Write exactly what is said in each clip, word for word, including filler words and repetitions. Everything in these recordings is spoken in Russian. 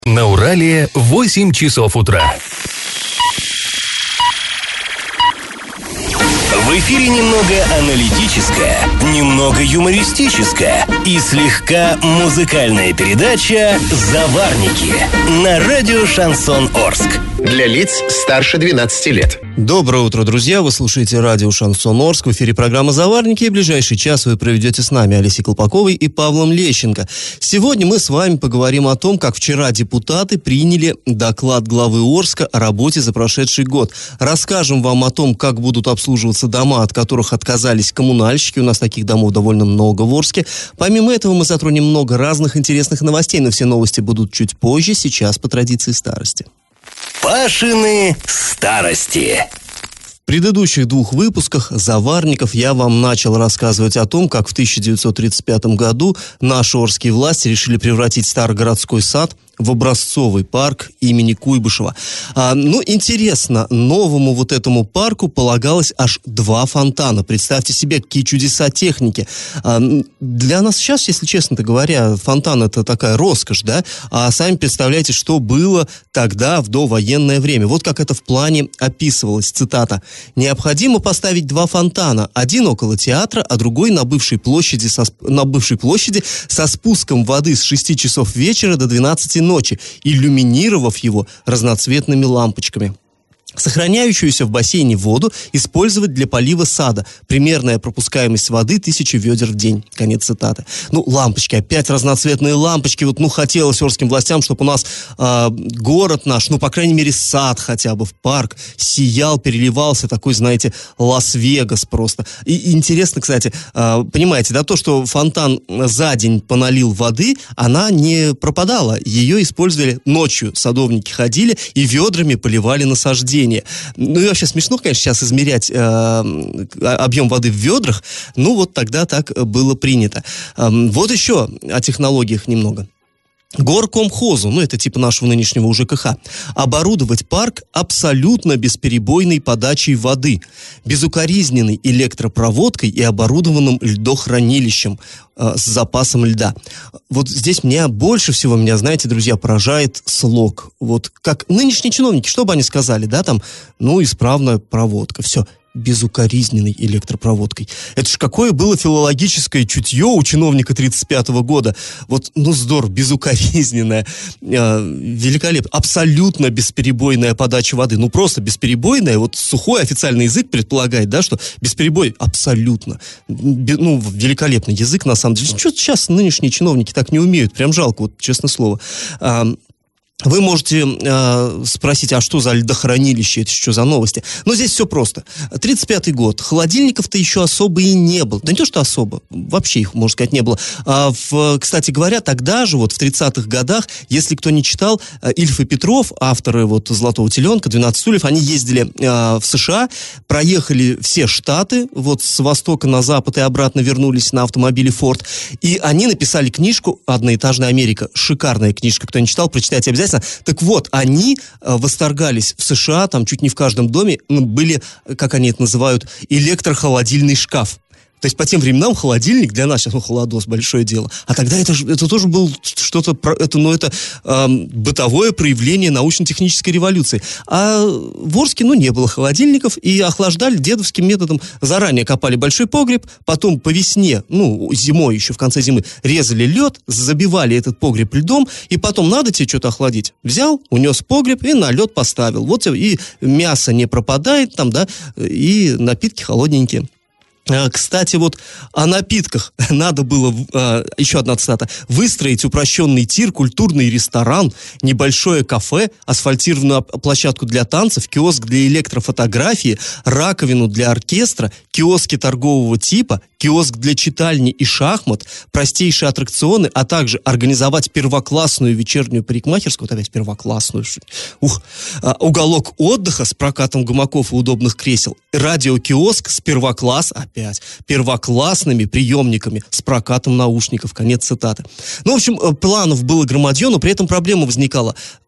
На Урале восемь часов утра. В эфире немного аналитическая, немного юмористическая и слегка музыкальная передача «Заварники» на радио «Шансон Орск». Для лиц старше двенадцати лет. Доброе утро, друзья! Вы слушаете радио «Шансон Орск». В эфире программа «Заварники», и ближайший час вы проведете с нами Олесей Колпаковой и Павлом Лещенко. Сегодня мы с вами поговорим о том, как вчера депутаты приняли доклад главы Орска о работе за прошедший год. Расскажем вам о том, как будут обслуживаться дома, от которых отказались коммунальщики. У нас таких домов довольно много в Орске. Помимо этого мы затронем много разных интересных новостей, но все новости будут чуть позже, сейчас по традиции старости. Пашины старости. В предыдущих двух выпусках «Заварников» я вам начал рассказывать о том, как в тысяча девятьсот тридцать пятом году наши орские власти решили превратить Старогородской сад в образцовый парк имени Куйбышева. А, ну, интересно, новому вот этому парку полагалось аж два фонтана. Представьте себе, какие чудеса техники. А, для нас сейчас, если честно-то говоря, фонтан — это такая роскошь, да? А сами представляете, что было тогда, в довоенное время. Вот как это в плане описывалось, цитата. «Необходимо поставить два фонтана. Один около театра, а другой на бывшей площади со, на бывшей площади со спуском воды с шести часов вечера до двенадцати ночи, иллюминировав его разноцветными лампочками. Сохраняющуюся в бассейне воду использовать для полива сада. Примерная пропускаемость воды тысяча ведер в день». Конец цитаты. Ну, лампочки, опять разноцветные лампочки. Вот, ну, хотелось орским властям, чтобы у нас э, город наш, ну, по крайней мере, сад хотя бы, в парк сиял, переливался, такой, знаете, Лас-Вегас просто. И, и интересно, кстати, э, понимаете, да, то, что фонтан за день поналил воды, она не пропадала. Ее использовали ночью. Садовники ходили и ведрами поливали насаждения. Ну и вообще смешно, конечно, сейчас измерять э, объем воды в ведрах. Ну вот тогда так было принято. Э, вот еще о технологиях немного. Горкомхозу, ну это типа нашего нынешнего У Ж К Х, оборудовать парк абсолютно бесперебойной подачей воды, безукоризненной электропроводкой и оборудованным льдохранилищем э, с запасом льда. Вот здесь меня больше всего, меня, знаете, друзья, поражает слог. Вот как нынешние чиновники, что бы они сказали, да, там, ну, исправная проводка, все. Безукоризненной электропроводкой. Это ж какое было филологическое чутье у чиновника тридцать пятого года. Вот, ну, здорово, безукоризненная, э, великолепно, абсолютно бесперебойная подача воды. Ну, просто бесперебойная, вот сухой официальный язык предполагает, да, что бесперебой абсолютно. Бе, ну, великолепный язык, на самом деле. Что-то сейчас нынешние чиновники так не умеют, прям жалко, вот, честное слово. А, Вы можете э, спросить, а что за льдохранилище, это что за новости? Но здесь все просто. тридцать пятый год. Холодильников-то еще особо и не было. Да не то, что особо. Вообще их, можно сказать, не было. А в, кстати говоря, тогда же, вот в тридцатых годах, если кто не читал, Ильф и Петров, авторы вот «Золотого теленка», «двенадцать стульев», они ездили э, в США, проехали все штаты, вот с востока на запад и обратно вернулись на автомобиле Ford. И они написали книжку «Одноэтажная Америка». Шикарная книжка. Кто не читал, прочитайте обязательно. Так вот, они э, восторгались в США, там чуть не в каждом доме ну, были, как они это называют, электрохолодильный шкаф. То есть по тем временам холодильник для нас, сейчас ну, холодос, большое дело. А тогда это, это тоже было что-то, это, ну, это э, бытовое проявление научно-технической революции. А в Орске, ну, не было холодильников, и охлаждали дедовским методом. Заранее копали большой погреб, потом по весне, ну, зимой еще, в конце зимы, резали лед, забивали этот погреб льдом, и потом надо тебе что-то охладить. Взял, унес в погреб и на лед поставил. Вот и мясо не пропадает там, да, и напитки холодненькие. Кстати, вот о напитках надо было, э, еще одна цитата, выстроить упрощенный тир, культурный ресторан, небольшое кафе, асфальтированную площадку для танцев, киоск для электрофотографии, раковину для оркестра, киоски торгового типа, киоск для читальни и шахмат, простейшие аттракционы, а также организовать первоклассную вечернюю парикмахерскую, вот опять первоклассную, ух, э, уголок отдыха с прокатом гамаков и удобных кресел, радиокиоск с первокласс, опять, первоклассными приемниками с прокатом наушников. Конец цитаты. Ну, в общем, планов было громадье, но при этом проблема возникала.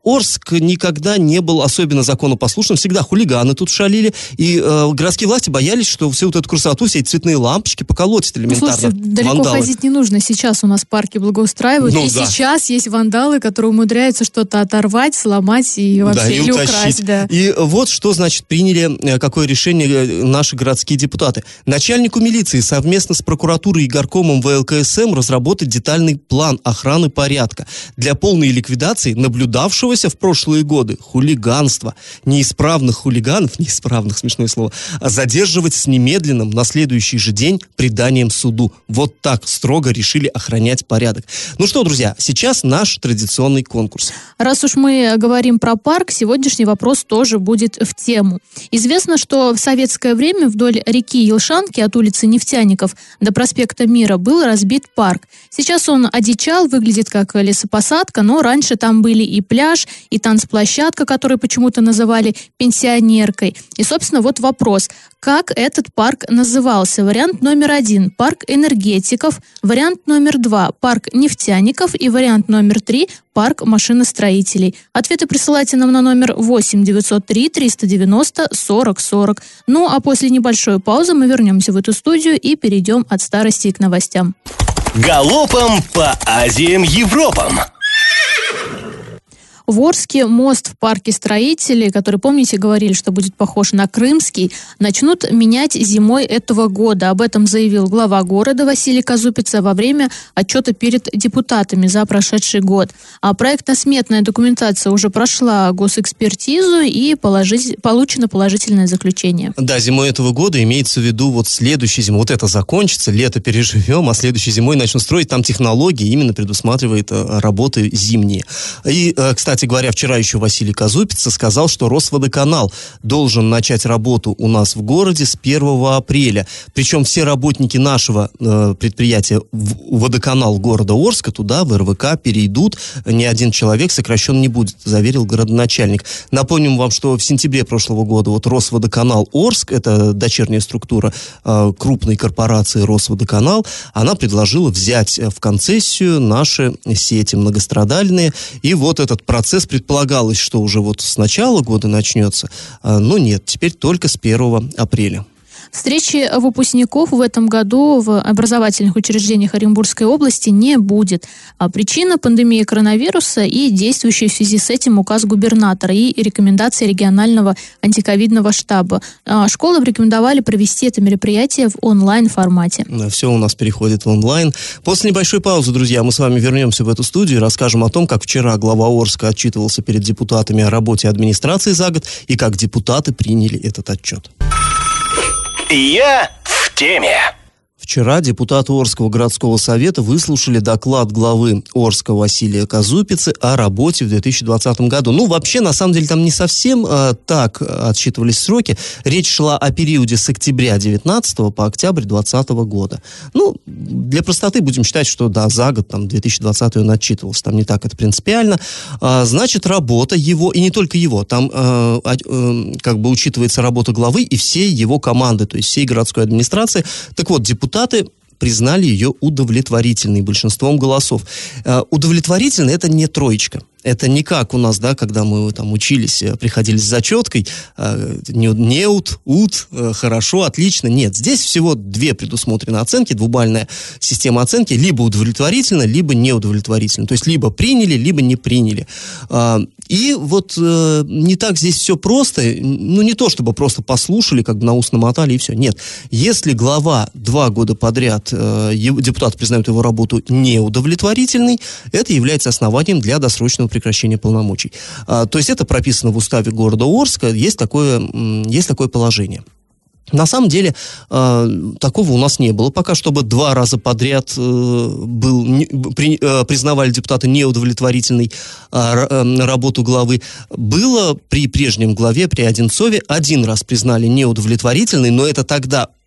Орск никогда не был особенно законопослушным, всегда хулиганы тут шалили, и э, городские власти боялись, что всю вот эту красоту, все эти цветные лампочки поколотят элементарно. Ну, слушайте, далеко вандалы. ходить не нужно, сейчас у нас парки благоустраивают, Ну, и да. сейчас есть вандалы, которые умудряются что-то оторвать, сломать и вообще, Да, и или утащить. украсть. Да. И вот что, значит, приняли, э, какое решение э, наши городские депутаты. Начальнику милиции совместно с прокуратурой и горкомом вэ эл ка эс эм разработать детальный план охраны порядка для полной ликвидации наблюдавшегося в прошлые годы хулиганства. Неисправных хулиганов, неисправных, смешное слово, а задерживать с немедленным на следующий же день преданием суду. Вот так строго решили охранять порядок. Ну что, друзья, сейчас наш традиционный конкурс. Раз уж мы говорим про парк, сегодняшний вопрос тоже будет в тему. Известно, что в советское время вдоль реки Елшанки от улицы Нефтяников до проспекта Мира был разбит парк. Сейчас он одичал, выглядит как лесопосадка, но раньше там были и пляж, и танцплощадка, которую почему-то называли пенсионеркой. И, собственно, вот вопрос. Как этот парк назывался? Вариант номер один – парк энергетиков. Вариант номер два – парк нефтяников. И вариант номер три – парк машиностроителей. Ответы присылайте нам на номер восемь девятьсот три триста девяносто сорок сорок. Ну, а после небольшой паузы мы вернемся в эту студию и перейдем от старости к новостям. Галопом по Азиям Европам. В Орске мост в парке строителей, который, помните, говорили, что будет похож на крымский, начнут менять зимой этого года. Об этом заявил глава города Василий Казупица во время отчета перед депутатами за прошедший год. А проектно-сметная документация уже прошла госэкспертизу и положи... получено положительное заключение. Да, зимой этого года имеется в виду вот следующей зимой. Вот это закончится, лето переживем, а следующей зимой начнут строить. Там технологии именно предусматривает э, работы зимние. И, э, кстати, Кстати говоря, вчера еще Василий Казупица сказал, что Росводоканал должен начать работу у нас в городе с первого апреля. Причем все работники нашего э, предприятия в водоканал города Орска туда, в эр вэ ка, перейдут. Ни один человек сокращен не будет, заверил городоначальник. Напомним вам, что в сентябре прошлого года вот Росводоканал Орск, это дочерняя структура э, крупной корпорации Росводоканал, она предложила взять в концессию наши сети многострадальные. И вот этот процесс Процесс предполагалось, что уже вот с начала года начнется, но нет, теперь только с первого апреля. Встречи выпускников в этом году в образовательных учреждениях Оренбургской области не будет. А причина – пандемия коронавируса и действующий в связи с этим указ губернатора и рекомендации регионального антиковидного штаба. А школы рекомендовали провести это мероприятие в онлайн-формате. Все у нас переходит в онлайн. После небольшой паузы, друзья, мы с вами вернемся в эту студию и расскажем о том, как вчера глава Орска отчитывался перед депутатами о работе администрации за год и как депутаты приняли этот отчет. Я в теме. Вчера депутаты Орского городского совета выслушали доклад главы Орска Василия Казупицы о работе в две тысячи двадцатом году. Ну, вообще, на самом деле, там не совсем э, так отсчитывались сроки. Речь шла о периоде с октября девятнадцатого по октябрь двадцатого года. Ну, для простоты будем считать, что, да, за год, там, две тысячи двадцатый он отчитывался. Там не так это принципиально. А, значит, работа его, и не только его, там э, э, как бы учитывается работа главы и всей его команды, то есть всей городской администрации. Так вот, депутаты Депутаты признали ее удовлетворительной большинством голосов. Э, удовлетворительно это не троечка. Это не как у нас, да, когда мы там учились, приходили с зачеткой, э, неуд, уд, э, хорошо, отлично. Нет, здесь всего две предусмотрены оценки, двубальная система оценки, либо удовлетворительно, либо неудовлетворительно. То есть либо приняли, либо не приняли. Э, и вот э, не так здесь все просто, ну не то, чтобы просто послушали, как бы на ус намотали и все. Нет, если глава два года подряд, э, депутат признает его работу неудовлетворительной, это является основанием для досрочного прекращения полномочий. А, то есть это прописано в уставе города Орска, есть такое, есть такое положение. На самом деле, э, такого у нас не было пока, чтобы два раза подряд э, был, не, при, э, признавали депутаты неудовлетворительной э, э, работу главы. Было при прежнем главе, при Одинцове, один раз признали неудовлетворительной, но это тогда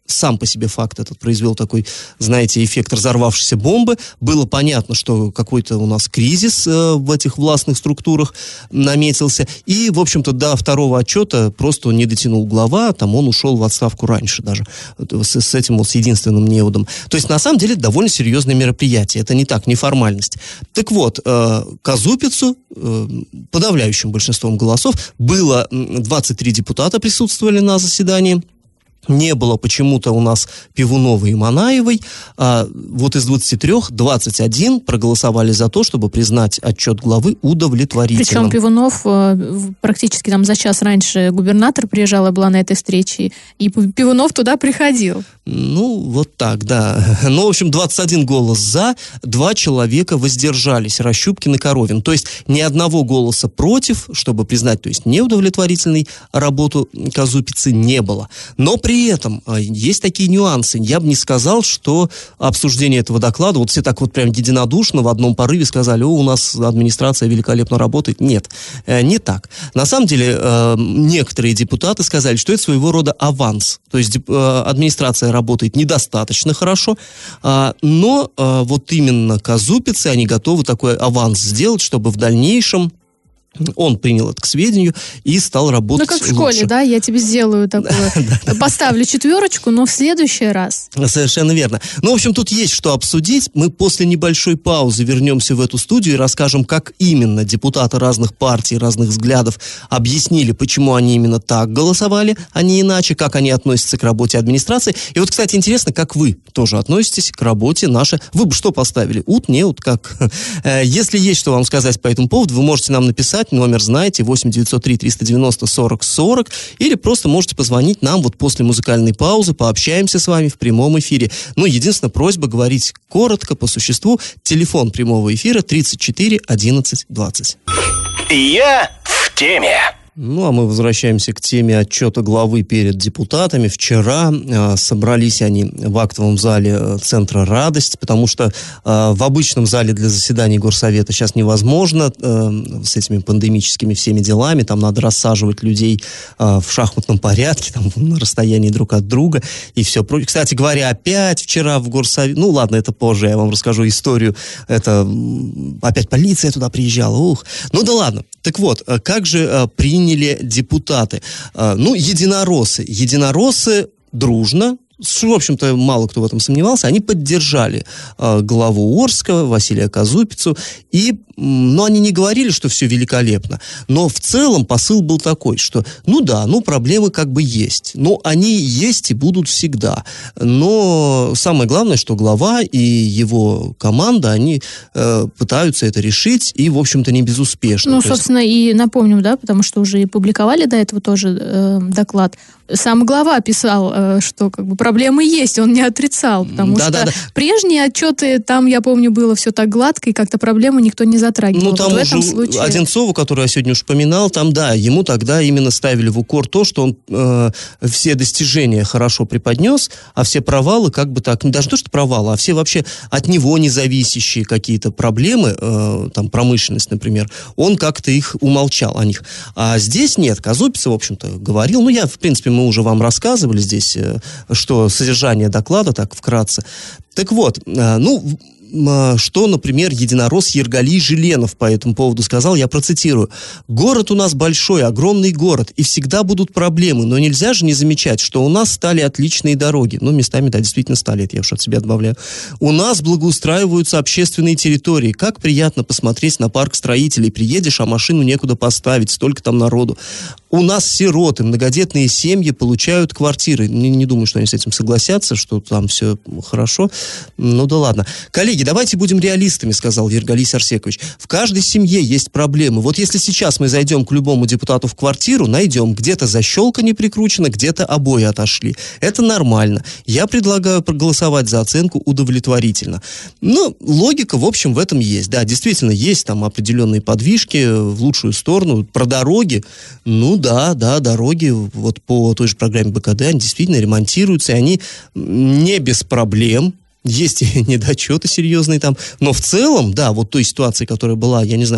сам по себе факт этот произвел такой, знаете, эффект разорвавшейся бомбы. Было понятно, что какой-то у нас кризис э, в этих властных структурах наметился. И, в общем-то, до второго отчета просто не дотянул глава, там он ушел в отставку раньше даже. С, с этим вот, с единственным неводом. То есть, на самом деле, довольно серьезное мероприятие. Это не так, не формальность. Так вот, э, Казупицу э, подавляющим большинством голосов было двадцать три депутата присутствовали на заседании. Не было почему-то у нас Пивуновой и Манаевой. А вот из двадцати трёх двадцать один проголосовали за то, чтобы признать отчет главы удовлетворительным. Причем Пивунов э, практически там за час раньше губернатор приезжала, была на этой встрече, и Пивунов туда приходил. Ну, вот так, да. Ну, в общем, двадцать один голос за, два человека воздержались, Рощупкин и Коровин. То есть ни одного голоса против, чтобы признать, то есть неудовлетворительной работу Казупицы не было. Но при При этом есть такие нюансы. Я бы не сказал, что обсуждение этого доклада, вот все так вот прям единодушно в одном порыве сказали: о, у нас администрация великолепно работает. Нет, не так. На самом деле, некоторые депутаты сказали, что это своего рода аванс. То есть администрация работает недостаточно хорошо, но вот именно Казупицы, они готовы такой аванс сделать, чтобы в дальнейшем он принял это к сведению и стал работать лучше. Ну, как в школе, лучше. Да, я тебе сделаю такое, поставлю четверочку, но в следующий раз. Совершенно верно. Ну, в общем, тут есть что обсудить. Мы после небольшой паузы вернемся в эту студию и расскажем, как именно депутаты разных партий, разных взглядов объяснили, почему они именно так голосовали, а не иначе, как они относятся к работе администрации. И вот, кстати, интересно, как вы тоже относитесь к работе нашей. Вы бы что поставили? Ут, не ут, как? Если есть что вам сказать по этому поводу, вы можете нам написать. Номер знаете, восемь девятьсот три триста девяносто сорок сорок, или просто можете позвонить нам вот после музыкальной паузы, пообщаемся с вами в прямом эфире. Ну, единственная просьба говорить коротко, по существу. Телефон прямого эфира тридцать четыре одиннадцать двадцать. Я в теме. Ну, а мы возвращаемся к теме отчета главы перед депутатами. Вчера э, собрались они в актовом зале э, Центра «Радость», потому что э, в обычном зале для заседаний Горсовета сейчас невозможно э, с этими пандемическими всеми делами. Там надо рассаживать людей э, в шахматном порядке, там, на расстоянии друг от друга и все прочее. Кстати говоря, опять вчера в Горсовете... Ну, ладно, это позже, я вам расскажу историю. Это опять полиция туда приезжала. Ух. Ну, да ладно. Так вот, как же э, приняли депутаты? Ну, единороссы. Единороссы дружно, в общем-то, мало кто в этом сомневался, они поддержали э, главу Орска, Василия Казупицу, и, ну, они не говорили, что все великолепно, но в целом посыл был такой, что, ну да, ну, проблемы как бы есть, но они есть и будут всегда, но самое главное, что глава и его команда, они э, пытаются это решить, и, в общем-то, не безуспешно. Ну, То собственно, есть... и напомним, да, потому что уже и публиковали до этого тоже э, доклад. Сам глава писал, э, что как бы проблемы есть, он не отрицал, потому да, что да, да. прежние отчеты, там, я помню, было все так гладко, и как-то проблему никто не затрагивал. Ну, там вот в уже этом случае... Одинцову, которую я сегодня уж упоминал, там, да, ему тогда именно ставили в укор то, что он э, все достижения хорошо преподнес, а все провалы, как бы так, даже то, что провалы, а все вообще от него независящие какие-то проблемы, э, там, промышленность, например, он как-то их умолчал о них. А здесь нет, Казупица, в общем-то, говорил, ну, я, в принципе, мы уже вам рассказывали здесь, э, что содержание доклада, так вкратце. Так вот, э, ну, что, например, единорос Ергалий Желенов по этому поводу сказал, я процитирую: «Город у нас большой, огромный город, и всегда будут проблемы, но нельзя же не замечать, что у нас стали отличные дороги». Ну, местами, да, действительно стали, это я уж от себя добавляю. «У нас благоустраиваются общественные территории. Как приятно посмотреть на парк строителей. Приедешь, а машину некуда поставить, столько там народу. У нас сироты, многодетные семьи получают квартиры». Не, не думаю, что они с этим согласятся, что там все хорошо. Ну да ладно. Коллеги, давайте будем реалистами, сказал Ергалий Сарсекович. В каждой семье есть проблемы. Вот если сейчас мы зайдем к любому депутату в квартиру, найдем, где-то защелка не прикручена, где-то обои отошли. Это нормально. Я предлагаю проголосовать за оценку удовлетворительно. Ну, логика, в общем, в этом есть. Да, действительно, есть там определенные подвижки в лучшую сторону. Про дороги, ну да, да, дороги вот по той же программе бэ ка дэ, они действительно ремонтируются, и они не без проблем. Есть и недочеты серьезные там. Но в целом, да, вот той ситуации, которая была, я не знаю, лет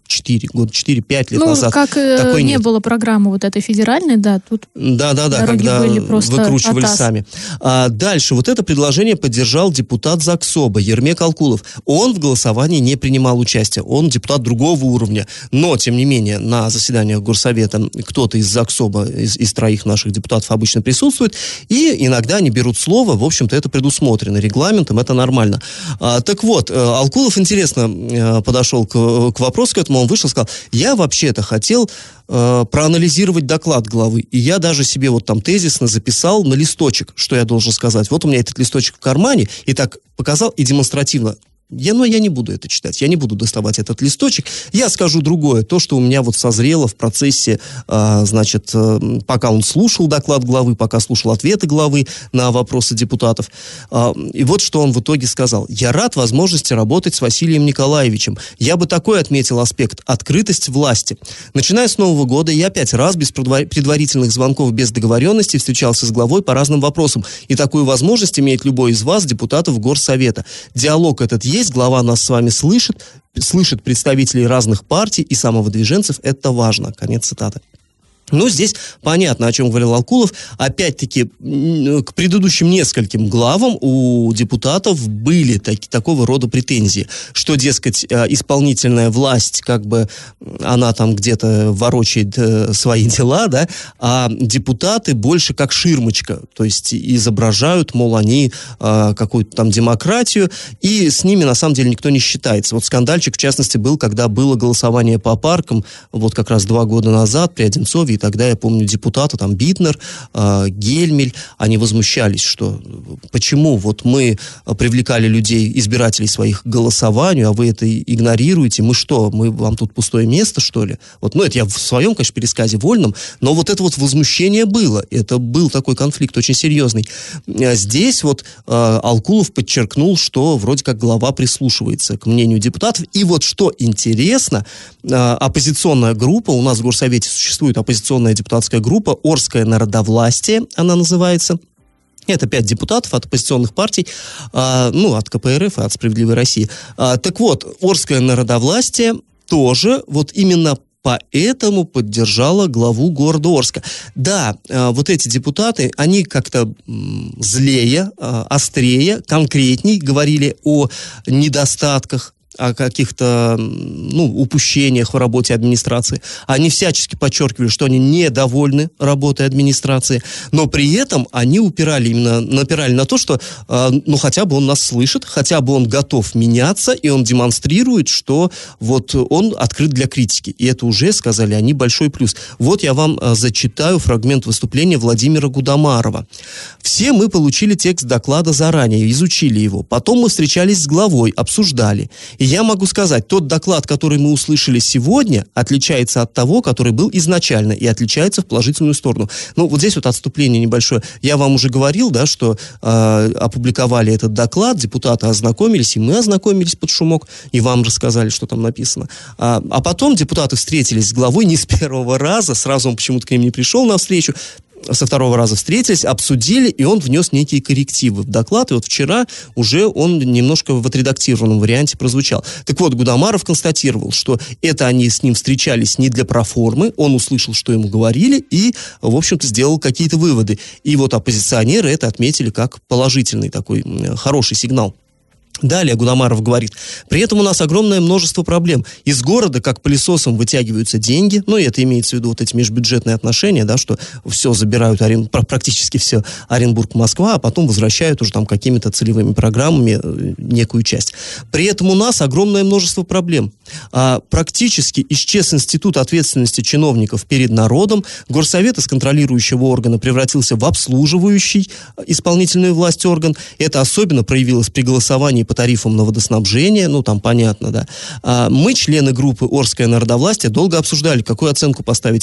четыре, год четыре-пять лет ну, назад. как такой не нет. было программы вот этой федеральной, да, тут Да-да-да, дороги когда были просто выкручивали атас. сами. А дальше, вот это предложение поддержал депутат Заксоба Ермек Алкулов. Он в голосовании не принимал участия, он депутат другого уровня. Но, тем не менее, на заседаниях Горсовета кто-то из Заксоба, из, из троих наших депутатов обычно присутствует, и иногда они берут слово, в общем-то, это предусмотрено регламентом, это нормально. А, так вот, Алкулов, интересно, подошел к, к вопросу к этому, он вышел и сказал, я вообще-то хотел э, проанализировать доклад главы, и я даже себе вот там тезисно записал на листочек, что я должен сказать. Вот у меня этот листочек в кармане, и так показал, и демонстративно. Я, но я не буду это читать, я не буду доставать этот листочек, я скажу другое, то, что у меня вот созрело в процессе, э, значит, э, пока он слушал доклад главы, пока слушал ответы главы на вопросы депутатов, э, и вот что он в итоге сказал. Я рад возможности работать с Василием Николаевичем. Я бы такой отметил аспект – открытость власти. Начиная с Нового года я пять раз без предварительных звонков, без договоренности встречался с главой по разным вопросам, и такую возможность имеет любой из вас, депутатов Горсовета. Диалог этот есть. Есть, глава нас с вами слышит, слышит представителей разных партий и самовыдвиженцев, это важно. Конец цитаты. Ну, здесь понятно, о чем говорил Алкулов. Опять-таки, к предыдущим нескольким главам у депутатов были таки, такого рода претензии, что, дескать, исполнительная власть, как бы, она там где-то ворочает э, свои дела, да, а депутаты больше как ширмочка, то есть изображают, мол, они э, какую-то там демократию, и с ними, на самом деле, никто не считается. Вот скандальчик, в частности, был, когда было голосование по паркам, вот как раз два года назад при Одинцове. И тогда, я помню, депутаты, там, Битнер, э, Гельмель, они возмущались, что почему вот мы привлекали людей, избирателей своих к голосованию, а вы это игнорируете, мы что, мы вам тут пустое место, что ли? Вот, ну, это я в своем, конечно, пересказе вольном, но вот это вот возмущение было, это был такой конфликт очень серьезный. Здесь вот э, Алкулов подчеркнул, что вроде как глава прислушивается к мнению депутатов, и вот что интересно, э, оппозиционная группа, у нас в Горсовете существует оппозиционная депутатская группа «Орское народовластие», она называется. Это пять депутатов от оппозиционных партий, а, ну, от ка пэ эр эф и от «Справедливой России». А, так вот, «Орское народовластие» тоже вот именно поэтому поддержала главу города Орска. Да, э, вот эти депутаты, они как-то м, злее, э, острее, конкретней говорили о недостатках, о каких-то, ну, упущениях в работе администрации. Они всячески подчеркивали, что они недовольны работой администрации, но при этом они упирали именно, напирали на то, что, э, ну, хотя бы он нас слышит, хотя бы он готов меняться, и он демонстрирует, что вот он открыт для критики. И это уже, сказали они, большой плюс. Вот я вам э, зачитаю фрагмент выступления Владимира Гудамарова. «Все мы получили текст доклада заранее, изучили его. Потом мы встречались с главой, обсуждали. И я могу сказать, тот доклад, который мы услышали сегодня, отличается от того, который был изначально, и отличается в положительную сторону». Ну, вот здесь вот отступление небольшое. Я вам уже говорил, да, что э, опубликовали этот доклад, депутаты ознакомились, и мы ознакомились под шумок, и вам рассказали, что там написано. А, а потом депутаты встретились с главой не с первого раза, сразу он почему-то к ним не пришел навстречу, со второго раза встретились, обсудили, и он внес некие коррективы в доклад, и вот вчера уже он немножко в отредактированном варианте прозвучал. Так вот, Гудамаров констатировал, что это они с ним встречались не для проформы, он услышал, что ему говорили, и, в общем-то, сделал какие-то выводы. И вот оппозиционеры это отметили как положительный такой хороший сигнал. Далее Гудамаров говорит, при этом у нас огромное множество проблем. Из города как пылесосом вытягиваются деньги, ну и это имеется в виду вот эти межбюджетные отношения, да, что все забирают, Орен... практически все Оренбург-Москва, а потом возвращают уже там какими-то целевыми программами некую часть. При этом у нас огромное множество проблем. А, практически исчез институт ответственности чиновников перед народом, Горсовет из контролирующего органа превратился в обслуживающий исполнительную власть орган. Это особенно проявилось при голосовании по тарифам на водоснабжение, ну, там понятно, да. А мы, члены группы «Орское народовластие», долго обсуждали, какую оценку поставить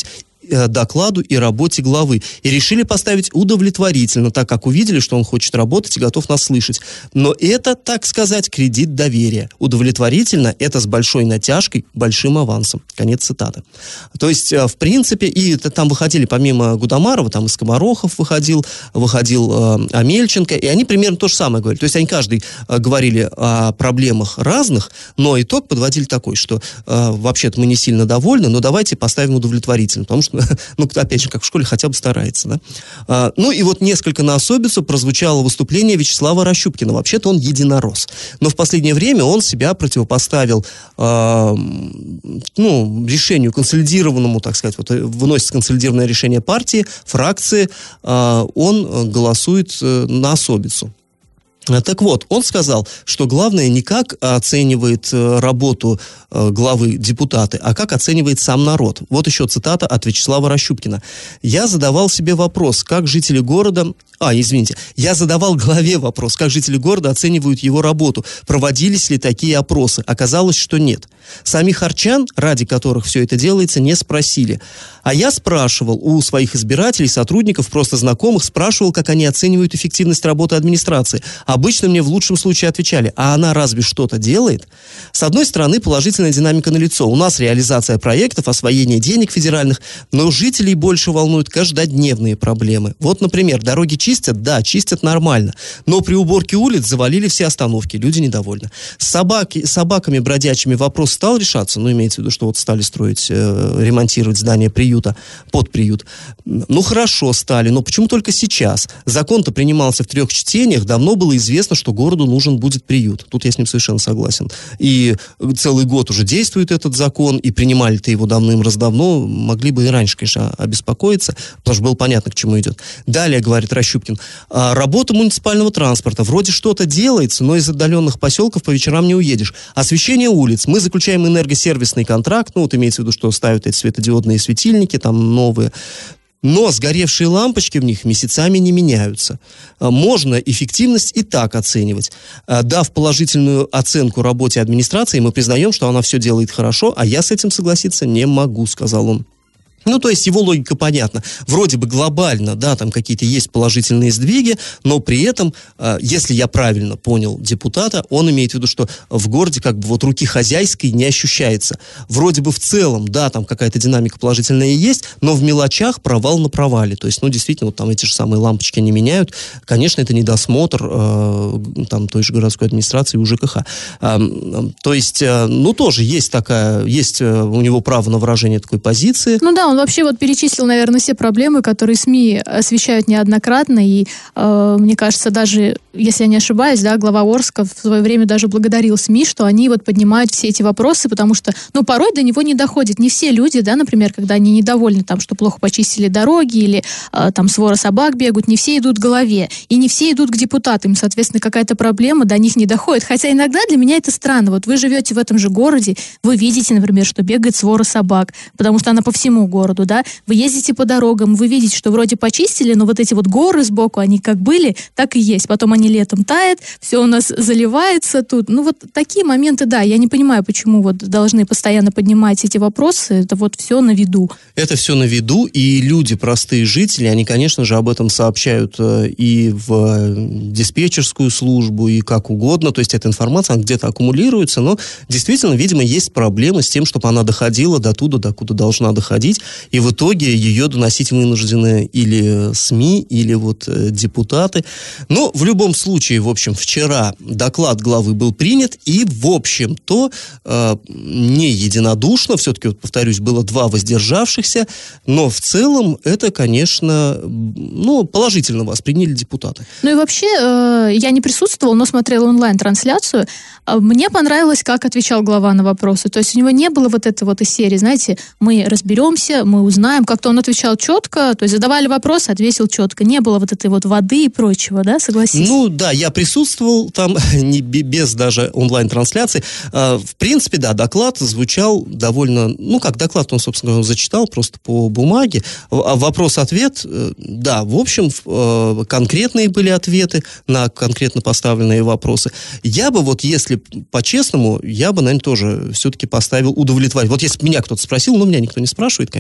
докладу и работе главы. И решили поставить удовлетворительно, так как увидели, что он хочет работать и готов нас слышать. Но это, так сказать, кредит доверия. Удовлетворительно — это с большой натяжкой, большим авансом. Конец цитаты. То есть, в принципе, и там выходили, помимо Гудамарова, там и Скоморохов выходил, выходил э, Амельченко, и они примерно то же самое говорили. То есть, они каждый э, говорили о проблемах разных, но итог подводили такой, что э, вообще-то мы не сильно довольны, но давайте поставим удовлетворительно, потому что, ну, опять же, как в школе, хотя бы старается, да. А, ну, и вот несколько на особицу прозвучало выступление Вячеслава Рощупкина. Вообще-то он единорос. Но в последнее время он себя противопоставил, э, ну, решению консолидированному, так сказать, вот выносится консолидированное решение партии, фракции, э, он голосует э, на особицу. Так вот, он сказал, что главное не как оценивает э, работу э, главы депутаты, а как оценивает сам народ. Вот еще цитата от Вячеслава Рощупкина. «Я задавал себе вопрос, как жители города...» А, извините. «Я задавал главе вопрос, как жители города оценивают его работу. Проводились ли такие опросы? Оказалось, что нет. Самих арчан, ради которых все это делается, не спросили. А я спрашивал у своих избирателей, сотрудников, просто знакомых, спрашивал, как они оценивают эффективность работы администрации. Обычно мне в лучшем случае отвечали, а она разве что-то делает?» С одной стороны, положительная динамика налицо. У нас реализация проектов, освоение денег федеральных, но жителей больше волнуют каждодневные проблемы. Вот, например, дороги чистят? Да, чистят нормально. Но при уборке улиц завалили все остановки, люди недовольны. С собаки, собаками бродячими вопрос стал решаться, ну, имеется в виду, что вот стали строить, э, ремонтировать здание приюта, под приют. Ну, хорошо стали, но почему только сейчас? Закон-то принимался в трех чтениях, давно было известно, что городу нужен будет приют. Тут я с ним совершенно согласен. И целый год уже действует этот закон, и принимали-то его давным-раздавно, могли бы и раньше, конечно, обеспокоиться, потому что было понятно, к чему идет. Далее, говорит Рощупкин, работа муниципального транспорта. Вроде что-то делается, но из отдаленных поселков по вечерам не уедешь. Освещение улиц. Мы заключаем энергосервисный контракт, ну, вот имеется в виду, что ставят эти светодиодные светильники, там новые. Но сгоревшие лампочки в них месяцами не меняются. Можно эффективность и так оценивать. Дав положительную оценку работе администрации, мы признаем, что она все делает хорошо, а я с этим согласиться не могу, сказал он. Ну, то есть его логика понятна. Вроде бы глобально, да, там какие-то есть положительные сдвиги, но при этом, э, если я правильно понял депутата, он имеет в виду, что в городе как бы вот руки хозяйской не ощущается. Вроде бы в целом, да, там какая-то динамика положительная есть, но в мелочах провал на провале. То есть, ну, действительно, вот там эти же самые лампочки не меняют. Конечно, это недосмотр э, там той же городской администрации и ЖКХ. Э, э, то есть, э, ну, тоже есть такая, есть э, у него право на выражение такой позиции. Ну да, он вообще вот перечислил, наверное, все проблемы, которые СМИ освещают неоднократно, и э, мне кажется, даже, если я не ошибаюсь, да, глава Орска в свое время даже благодарил СМИ, что они вот поднимают все эти вопросы, потому что, ну, порой до него не доходит. Не все люди, да, например, когда они недовольны там, что плохо почистили дороги или э, там свора собак бегают, не все идут к голове, и не все идут к депутатам, соответственно, какая-то проблема до них не доходит. Хотя иногда для меня это странно. Вот вы живете в этом же городе, вы видите, например, что бегает свора собак, потому что она по всему городу. городу, да, вы ездите по дорогам, вы видите, что вроде почистили, но вот эти вот горы сбоку, они как были, так и есть. Потом они летом тают, все у нас заливается тут. Ну вот такие моменты, да, я не понимаю, почему вот должны постоянно поднимать эти вопросы, это вот все на виду. Это все на виду, и люди, простые жители, они, конечно же, об этом сообщают и в диспетчерскую службу, и как угодно, то есть эта информация, она где-то аккумулируется, но действительно, видимо, есть проблемы с тем, чтобы она доходила до туда, докуда должна доходить, и в итоге ее доносить вынуждены или СМИ, или вот э, депутаты. Но в любом случае, в общем, вчера доклад главы был принят, и, в общем-то, э, не единодушно, все-таки, вот, повторюсь, было два воздержавшихся, но в целом это, конечно, ну, положительно восприняли депутаты. Ну и вообще, э, я не присутствовала, но смотрела онлайн-трансляцию. Мне понравилось, как отвечал глава на вопросы. То есть у него не было вот этой вот из серии, знаете, мы разберемся, мы узнаем. Как-то он отвечал четко, то есть задавали вопросы, ответил четко. Не было вот этой вот воды и прочего, да, согласись? Ну да, я присутствовал там не, без даже онлайн-трансляции. В принципе, да, доклад звучал довольно, ну как доклад, он, собственно говоря, зачитал просто по бумаге. Вопрос-ответ, да, в общем, конкретные были ответы на конкретно поставленные вопросы. Я бы вот, если по-честному, я бы, наверное, тоже все-таки поставил удовлетворить. Вот если бы меня кто-то спросил, ну, меня никто не спрашивает, конечно,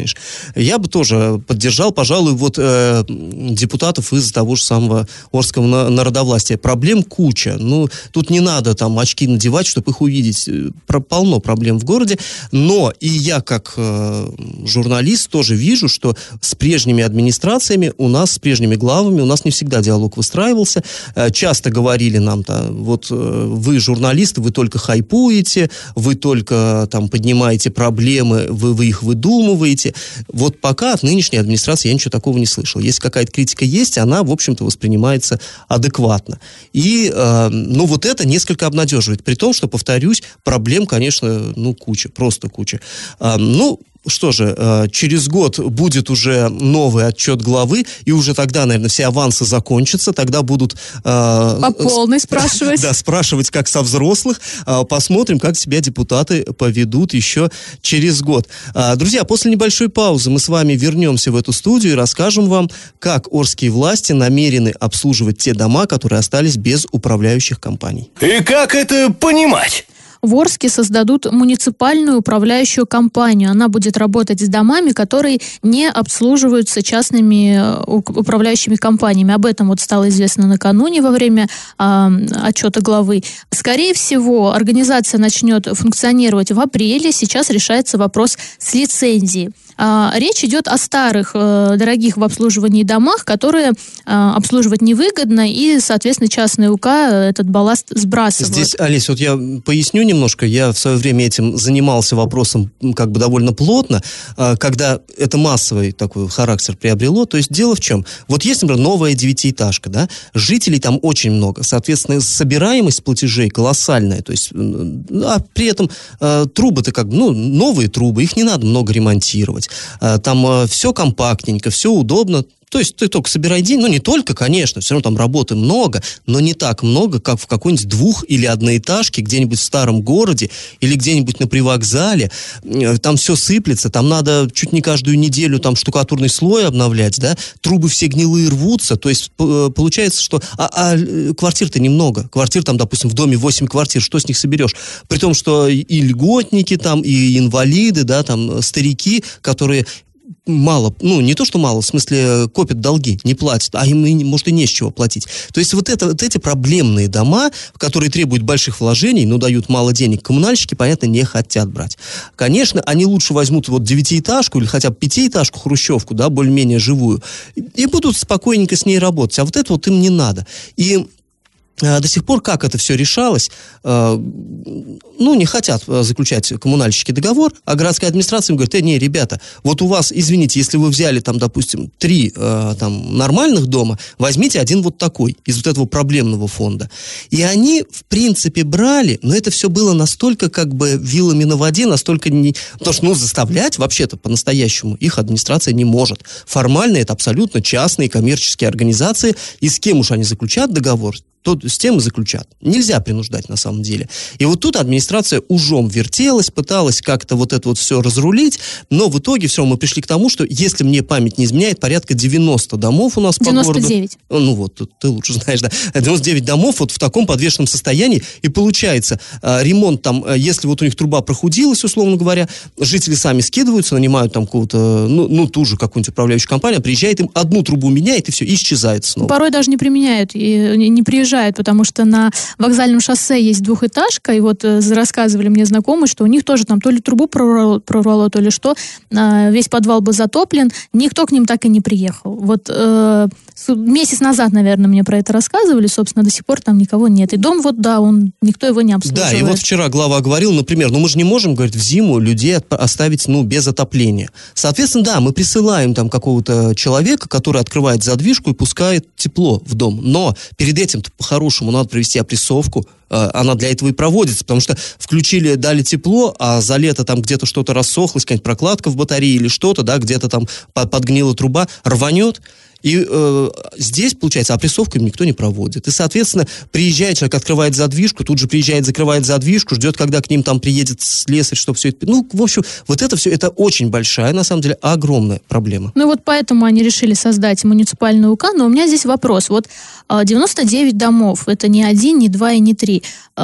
конечно. Я бы тоже поддержал, пожалуй, вот э, депутатов из того же самого Орского народовластия. Проблем куча. Ну, тут не надо там очки надевать, чтобы их увидеть. Про, полно проблем в городе. Но и я, как э, журналист, тоже вижу, что с прежними администрациями у нас, с прежними главами, у нас не всегда диалог выстраивался. Э, часто говорили нам-то, вот э, вы журналисты, вы только хайпуете, вы только там поднимаете проблемы, вы, вы их выдумываете. Вот пока от нынешней администрации я ничего такого не слышал. Если какая-то критика есть, она, в общем-то, воспринимается адекватно. И, э, ну, вот это несколько обнадеживает. При том, что, повторюсь, проблем, конечно, ну, куча, просто куча. Э, ну, что же, через год будет уже новый отчет главы, и уже тогда, наверное, все авансы закончатся, тогда будут... По полной спрашивать. Да, спрашивать, как со взрослых. Посмотрим, как себя депутаты поведут еще через год. Друзья, после небольшой паузы мы с вами вернемся в эту студию и расскажем вам, как орские власти намерены обслуживать те дома, которые остались без управляющих компаний. И как это понимать? В Орске создадут муниципальную управляющую компанию. Она будет работать с домами, которые не обслуживаются частными управляющими компаниями. Об этом вот стало известно накануне во время э, отчета главы. Скорее всего, организация начнет функционировать в апреле. Сейчас решается вопрос с лицензией. Э, речь идет о старых, э, дорогих в обслуживании домах, которые э, обслуживать невыгодно, и, соответственно, частные УК этот балласт сбрасывают. Здесь, Олесь, вот я поясню немножко. Я в свое время этим занимался вопросом как бы довольно плотно, когда это массовый такой характер приобрело. То есть дело в чем? Вот есть, например, новая девятиэтажка, да? Жителей там очень много. Соответственно, собираемость платежей колоссальная. То есть, а при этом э, трубы-то как бы, ну, новые трубы, их не надо много ремонтировать. Э, там э, все компактненько, все удобно. То есть ты только собирай деньги, ну не только, конечно, все равно там работы много, но не так много, как в какой-нибудь двух- или одноэтажке где-нибудь в старом городе или где-нибудь на привокзале. Там все сыплется, там надо чуть не каждую неделю там штукатурный слой обновлять, да, трубы все гнилые рвутся, то есть получается, что... А, а квартир-то немного, квартир там, допустим, в доме восемь квартир, что с них соберешь? При том, что и льготники там, и инвалиды, да, там старики, которые... мало, ну, не то, что мало, в смысле, копят долги, не платят, а им, может, и не с чего платить. То есть вот, это, вот эти проблемные дома, которые требуют больших вложений, но дают мало денег, коммунальщики, понятно, не хотят брать. Конечно, они лучше возьмут вот девятиэтажку или хотя бы пятиэтажку, хрущевку, да, более-менее живую, и будут спокойненько с ней работать, а вот это вот им не надо. И до сих пор, как это все решалось, э, ну, не хотят заключать коммунальщики договор, а городская администрация им говорит: э, не, ребята, вот у вас, извините, если вы взяли там, допустим, три э, там, нормальных дома, возьмите один вот такой, из вот этого проблемного фонда. И они, в принципе, брали, но это все было настолько, как бы, вилами на воде, настолько не... Потому что, ну, заставлять, вообще-то, по-настоящему их администрация не может. Формально это абсолютно частные коммерческие организации, и с кем уж они заключат договор, то с тем и заключат. Нельзя принуждать на самом деле. И вот тут администрация ужом вертелась, пыталась как-то вот это вот все разрулить, но в итоге все, мы пришли к тому, что, если мне память не изменяет, порядка девяносто домов у нас по городу. девяносто девять. Ну вот, ты лучше знаешь, да. девяносто девять домов вот в таком подвешенном состоянии, и получается, ремонт там, если вот у них труба прохудилась, условно говоря, жители сами скидываются, нанимают там какого-то, ну, ну ту же какую-нибудь управляющую компанию, приезжает им, одну трубу меняет, и все, и исчезает снова. Порой даже не применяют, и не приезжают, потому что на вокзальном шоссе есть двухэтажка, и вот э, рассказывали мне знакомые, что у них тоже там то ли трубу прорвало, прорвало то ли что, э, весь подвал был затоплен, никто к ним так и не приехал. Вот э, месяц назад, наверное, мне про это рассказывали, собственно, до сих пор там никого нет. И дом вот, да, он, никто его не обслуживает. Да, и вот вчера глава говорил, например, ну мы же не можем, говорит, в зиму людей оставить, ну, без отопления. Соответственно, да, мы присылаем там какого-то человека, который открывает задвижку и пускает тепло в дом. Но перед этим-то по-хорошему надо провести опрессовку. Она для этого и проводится, потому что включили, дали тепло, а за лето там где-то что-то рассохлось, какая-нибудь прокладка в батарее или что-то, да, где-то там подгнила труба, рванет. И э, здесь, получается, опрессовку им никто не проводит. И, соответственно, приезжает человек, открывает задвижку, тут же приезжает, закрывает задвижку, ждет, когда к ним там приедет слесарь, чтобы все это... Ну, в общем, вот это все, это очень большая, на самом деле, огромная проблема. Ну, вот поэтому они решили создать муниципальную УК, но у меня здесь вопрос. Вот девяносто девять домов, это не один, не два и не три.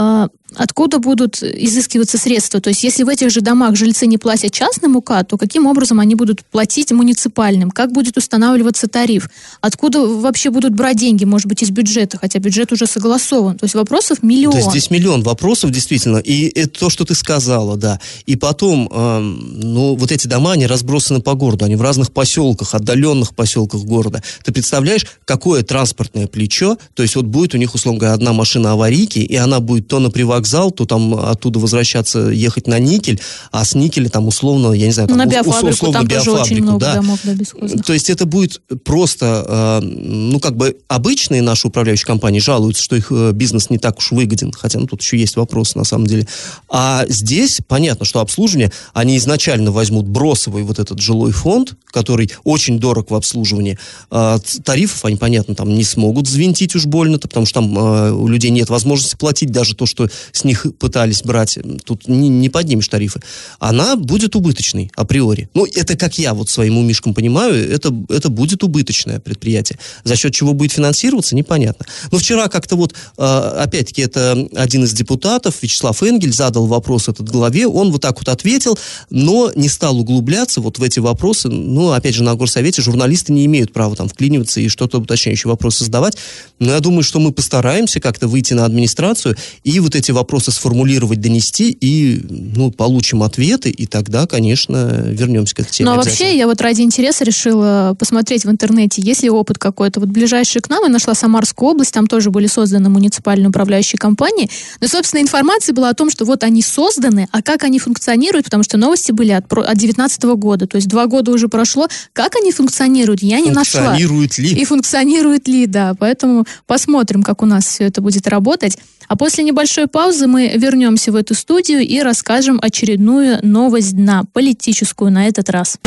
Откуда будут изыскиваться средства? То есть, если в этих же домах жильцы не платят частным УК, то каким образом они будут платить муниципальным? Как будет устанавливаться тариф? Откуда вообще будут брать деньги? Может быть, из бюджета, хотя бюджет уже согласован. То есть, вопросов миллион. То есть, здесь миллион вопросов, действительно. И это то, что ты сказала, да. И потом, э, ну, вот эти дома, они разбросаны по городу. Они в разных поселках, отдаленных поселках города. Ты представляешь, какое транспортное плечо? То есть, вот будет у них, условно говоря, одна машина аварийки, и она будет то на привокзал, то там оттуда возвращаться, ехать на Никель, а с Никеля там условно, я не знаю, там на биофабрику, условно там биофабрику, тоже очень много да. домов, да, бесхозных. То есть это будет просто, э, ну как бы обычные наши управляющие компании жалуются, что их э, бизнес не так уж выгоден, хотя ну, тут еще есть вопросы на самом деле. А здесь понятно, что обслуживание, они изначально возьмут бросовый вот этот жилой фонд, который очень дорог в обслуживании. Э, тарифов они, понятно, там не смогут взвинтить уж больно-то, потому что там э, у людей нет возможности платить даже то, что с них пытались брать, тут не, не поднимешь тарифы, она будет убыточной априори. Ну, это как я вот своим умишком понимаю, это, это будет убыточное предприятие. За счет чего будет финансироваться, непонятно. Но вчера как-то вот, опять-таки, это один из депутатов, Вячеслав Энгель, задал вопрос этот главе, он вот так вот ответил, но не стал углубляться вот в эти вопросы. Ну, опять же, на горсовете журналисты не имеют права там вклиниваться и что-то уточняющие вопросы задавать. Но я думаю, что мы постараемся как-то выйти на администрацию и вот эти вопросы сформулировать, донести, и, ну, получим ответы, и тогда, конечно, вернемся к этой теме. Ну, а вообще, я вот ради интереса решила посмотреть в интернете, есть ли опыт какой-то. Вот ближайший к нам я нашла Самарскую область, там тоже были созданы муниципальные управляющие компании, но, собственно, информация была о том, что вот они созданы, а как они функционируют, потому что новости были от, от девятнадцатого года, то есть два года уже прошло, как они функционируют, я не нашла. Функционируют ли? И функционируют ли, да, поэтому посмотрим, как у нас все это будет работать. А после небольшой паузы мы вернемся в эту студию и расскажем очередную новость дна, политическую на этот раз.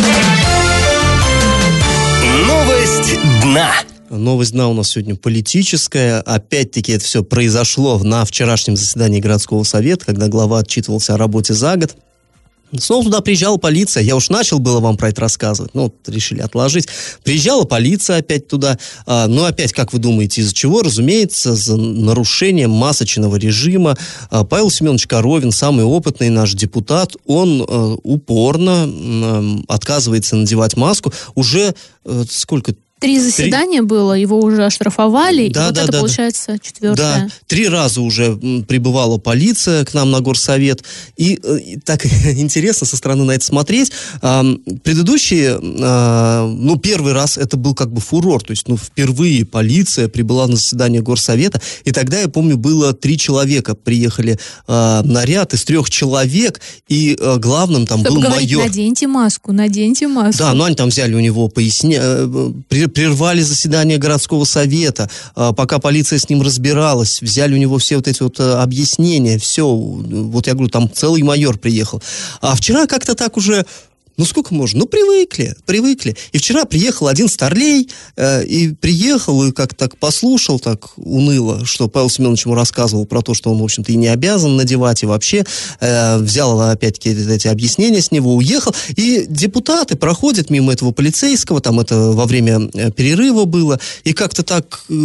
Новость дна. Новость дна у нас сегодня политическая. Опять-таки это все произошло на вчерашнем заседании городского совета, когда глава отчитывался о работе за год. Снова туда приезжала полиция. Я уж начал было вам про это рассказывать, но вот решили отложить. Приезжала полиция опять туда. А, но опять, как вы думаете, из-за чего? Разумеется, за нарушение масочного режима. А, Павел Семенович Коровин, самый опытный наш депутат, он а, упорно а, отказывается надевать маску. Уже а, сколько... Три заседания три... было, его уже оштрафовали, да, и вот да, это да, получается четвертое. Да, три раза уже прибывала полиция к нам на горсовет, и, и так интересно со стороны на это смотреть. А, предыдущие, а, ну, первый раз это был как бы фурор, то есть, ну, впервые полиция прибыла на заседание горсовета, и тогда, я помню, было три человека, приехали а, наряд из трех человек, и а, главным там Чтобы был говорить, майор. наденьте маску, наденьте маску. Да, ну они там взяли у него пояснение, прервали заседание городского совета, пока полиция с ним разбиралась, взяли у него все вот эти вот объяснения, все, вот я говорю, там целый майор приехал. А вчера как-то так уже... Ну, сколько можно? Ну, привыкли, привыкли. И вчера приехал один старлей, э, и приехал, и как так послушал, так уныло, что Павел Семенович ему рассказывал про то, что он, в общем-то, и не обязан надевать, и вообще э, взял, опять-таки, эти объяснения с него, уехал. И депутаты проходят мимо этого полицейского, там это во время перерыва было, и как-то так, э,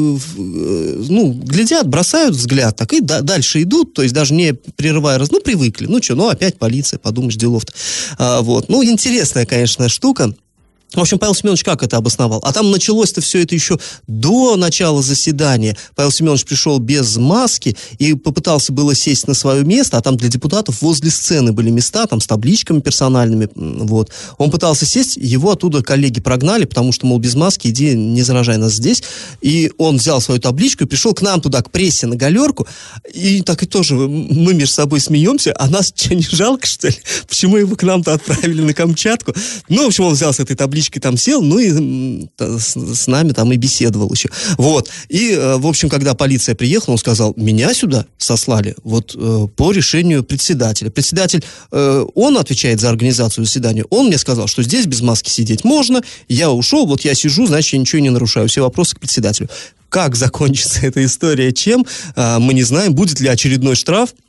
э, ну, глядят, бросают взгляд, так и да, дальше идут, то есть даже не прерывая раз, ну, привыкли. Ну, что, ну, опять полиция, подумаешь, делов-то. А, вот, ну, интересная, конечно, штука. В общем, Павел Семенович как это обосновал? А там началось-то все это еще до начала заседания. Павел Семенович пришел без маски и попытался было сесть на свое место, а там для депутатов возле сцены были места, там с табличками персональными, вот. Он пытался сесть, его оттуда коллеги прогнали, потому что, мол, без маски иди, не заражай нас здесь. И он взял свою табличку и пришел к нам туда, к прессе, на галерку, и так и тоже мы между собой смеемся, а нас что, не жалко, что ли? Почему его к нам-то отправили на Камчатку? Ну, в общем, он взял с этой табличкой, там сел, ну и с, с нами там и беседовал еще. Вот. И, в общем, когда полиция приехала, он сказал, меня сюда сослали вот э, по решению председателя. Председатель, э, он отвечает за организацию заседания, он мне сказал, что здесь без маски сидеть можно, я ушел, вот я сижу, значит, я ничего не нарушаю. Все вопросы к председателю. Как закончится эта история, чем, э, мы не знаем, будет ли очередной штраф.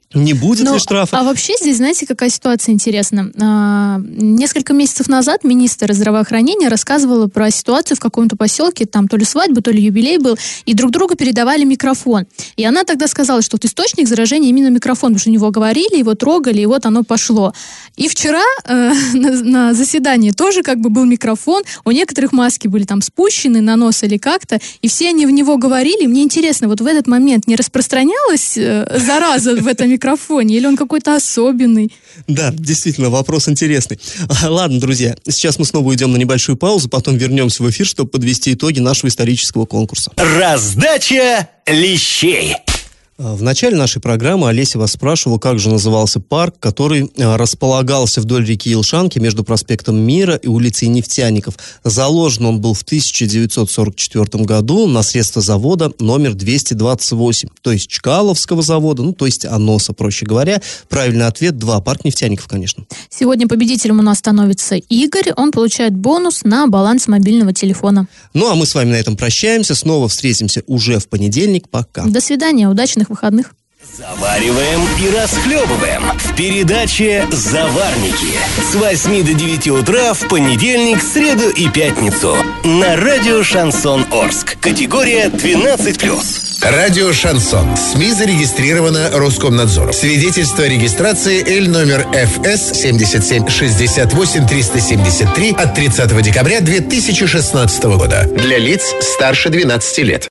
Не будет Ну, ли штрафа? А вообще здесь, знаете, какая ситуация интересна? А, несколько месяцев назад министр здравоохранения рассказывала про ситуацию в каком-то поселке, там то ли свадьба, то ли юбилей был, и друг другу передавали микрофон. И она тогда сказала, что вот источник заражения именно микрофон, потому что у него говорили, его трогали, и вот оно пошло. И вчера э, на, на заседании тоже как бы был микрофон, у некоторых маски были там спущены на нос или как-то, и все они в него говорили. Мне интересно, вот в этот момент не распространялась э, зараза в этом микрофоне? микрофоне, или он какой-то особенный? Да, действительно, вопрос интересный. Ладно, друзья, сейчас мы снова уйдем на небольшую паузу, потом вернемся в эфир, чтобы подвести итоги нашего исторического конкурса. Раздача лещей. В начале нашей программы Олеся вас спрашивала, как же назывался парк, который располагался вдоль реки Илшанки между проспектом Мира и улицей Нефтяников. Заложен он был в тысяча девятьсот сорок четвёртом году на средства завода номер двести двадцать восемь, то есть Чкаловского завода, ну, то есть АНОСа, проще говоря. Правильный ответ два. Парк Нефтяников, конечно. Сегодня победителем у нас становится Игорь. Он получает бонус на баланс мобильного телефона. Ну, а мы с вами на этом прощаемся. Снова встретимся уже в понедельник. Пока. До свидания. Удачных выходных. Завариваем и расхлебываем в передаче «Заварники» с восьми до девяти утра в понедельник, среду и пятницу на радио «Шансон Орск». Категория двенадцать плюс. Радио «Шансон». СМИ зарегистрировано Роскомнадзором. Свидетельство о регистрации Л номер Ф С семьдесят семь шестьдесят восемь триста семьдесят три от тридцатого декабря две тысячи шестнадцатого года. Для лиц старше двенадцати лет.